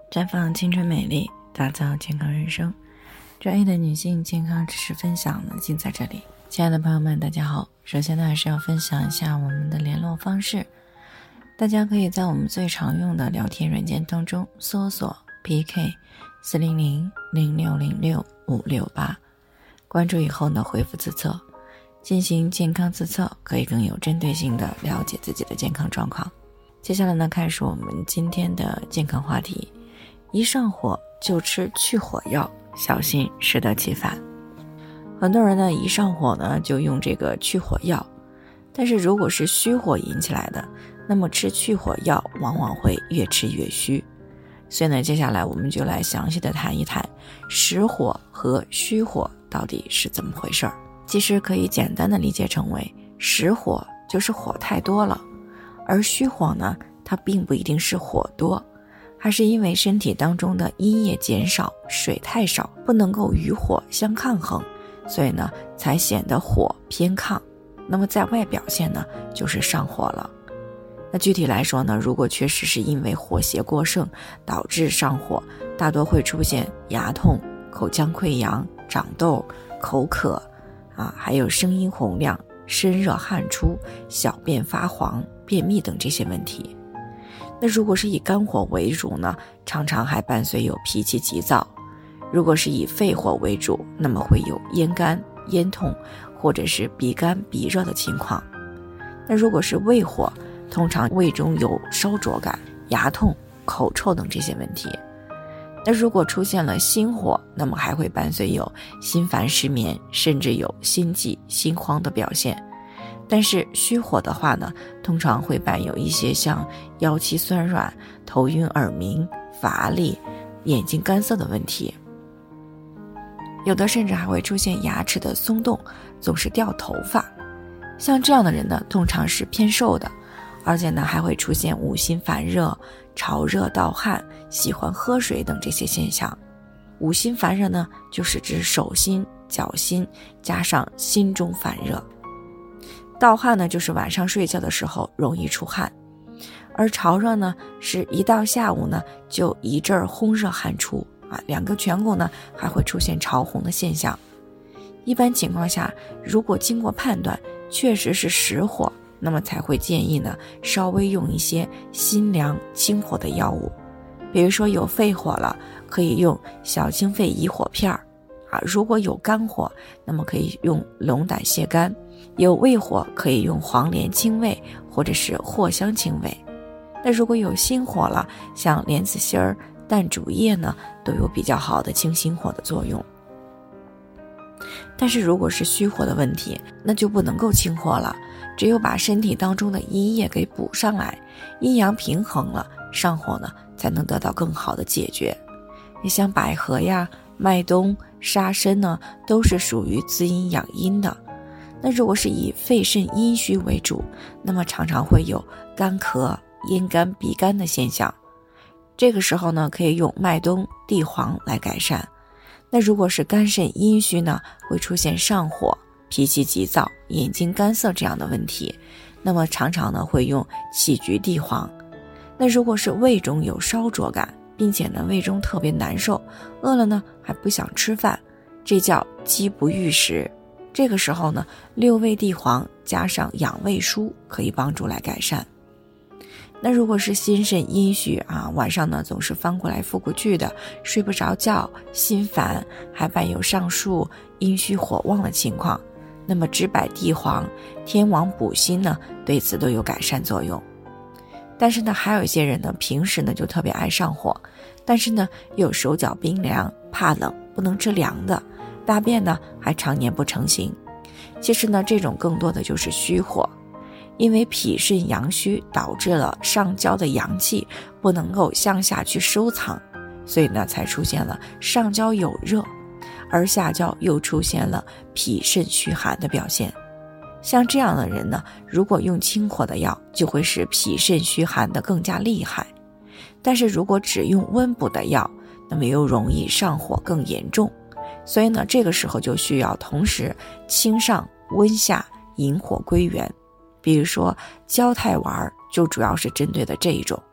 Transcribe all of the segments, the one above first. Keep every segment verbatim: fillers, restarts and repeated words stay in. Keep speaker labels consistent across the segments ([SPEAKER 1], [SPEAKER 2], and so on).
[SPEAKER 1] 绽放青春美丽，打造健康人生。专业的女性健康知识分享呢，尽在这里。亲爱的朋友们，大家好。首先呢，还是要分享一下我们的联络方式。大家可以在我们最常用的聊天软件当中搜索 P K 四零零零六零六五六八，关注以后呢，回复自测，进行健康自测，可以更有针对性的了解自己的健康状况。接下来呢，开始我们今天的健康话题。一上火就吃去火药，小心适得其反。很多人呢，一上火呢就用这个去火药，但是如果是虚火引起来的，那么吃去火药往往会越吃越虚。所以呢，接下来我们就来详细的谈一谈实火和虚火到底是怎么回事儿。其实可以简单的理解成为，实火就是火太多了，而虚火呢，它并不一定是火多，还是因为身体当中的阴液减少，水太少，不能够与火相抗衡，所以呢才显得火偏亢。那么在外表现呢，就是上火了。那具体来说呢，如果确实是因为火邪过盛导致上火，大多会出现牙痛、口腔溃疡、长痘、口渴啊，还有声音洪亮、身热汗出、小便发黄、便秘等这些问题。那如果是以肝火为主呢，常常还伴随有脾气急躁；如果是以肺火为主，那么会有咽干、咽痛，或者是鼻干鼻热的情况。那如果是胃火，通常胃中有烧灼感、牙痛、口臭等这些问题。那如果出现了心火，那么还会伴随有心烦失眠，甚至有心悸、心慌的表现。但是虚火的话呢，通常会伴有一些像腰膝酸软、头晕耳鸣、乏力、眼睛干涩的问题。有的甚至还会出现牙齿的松动，总是掉头发。像这样的人呢，通常是偏瘦的，而且呢还会出现五心烦热、潮热盗汗、喜欢喝水等这些现象。五心烦热呢，就是指手心、脚心加上心中烦热。盗汗呢，就是晚上睡觉的时候容易出汗，而潮热呢，是一到下午呢就一阵烘热汗出啊，两个颧骨呢还会出现潮红的现象。一般情况下，如果经过判断确实是实火，那么才会建议呢稍微用一些辛凉清火的药物，比如说有肺火了，可以用小清肺乙火片儿啊；如果有肝火，那么可以用龙胆泻肝；有胃火，可以用黄连清胃或者是藿香清胃。那如果有心火了，像莲子心儿、淡竹叶呢，都有比较好的清心火的作用。但是如果是虚火的问题，那就不能够清火了，只有把身体当中的阴液给补上来，阴阳平衡了，上火呢才能得到更好的解决。你像百合呀、麦冬、沙参呢，都是属于滋阴养阴的。那如果是以肺肾阴虚为主，那么常常会有干咳、咽干鼻干的现象。这个时候呢，可以用麦冬、地黄来改善。那如果是肝肾阴虚呢，会出现上火、脾气急躁、眼睛干涩这样的问题，那么常常呢会用杞菊地黄。那如果是胃中有烧灼感，并且呢胃中特别难受，饿了呢还不想吃饭，这叫饥不欲食。这个时候呢，六味地黄加上养胃舒可以帮助来改善。那如果是心肾阴虚啊，晚上呢总是翻过来覆过去的，睡不着觉，心烦，还伴有上述阴虚火旺的情况，那么知柏地黄、天王补心呢，对此都有改善作用。但是呢，还有一些人呢，平时呢就特别爱上火，但是呢又手脚冰凉，怕冷，不能吃凉的，大便呢还常年不成形。其实呢，这种更多的就是虚火。因为脾肾阳虚导致了上焦的阳气不能够向下去收藏，所以呢才出现了上焦有热，而下焦又出现了脾肾虚寒的表现。像这样的人呢，如果用清火的药，就会使脾肾虚寒的更加厉害。但是如果只用温补的药，那么又容易上火更严重。所以呢，这个时候就需要同时清上温下，引火归元。比如说焦太丸就主要是针对的这一种。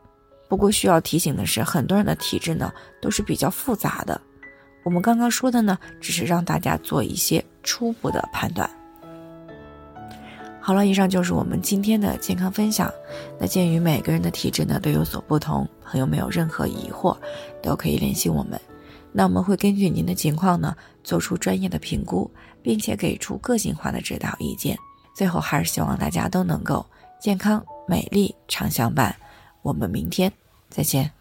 [SPEAKER 1] 不过需要提醒的是，很多人的体质呢都是比较复杂的，我们刚刚说的呢只是让大家做一些初步的判断。好了，以上就是我们今天的健康分享。那鉴于每个人的体质呢都有所不同，朋友们有任何疑惑都可以联系我们，那我们会根据您的情况呢做出专业的评估，并且给出个性化的指导意见。最后还是希望大家都能够健康美丽常相伴，我们明天再见。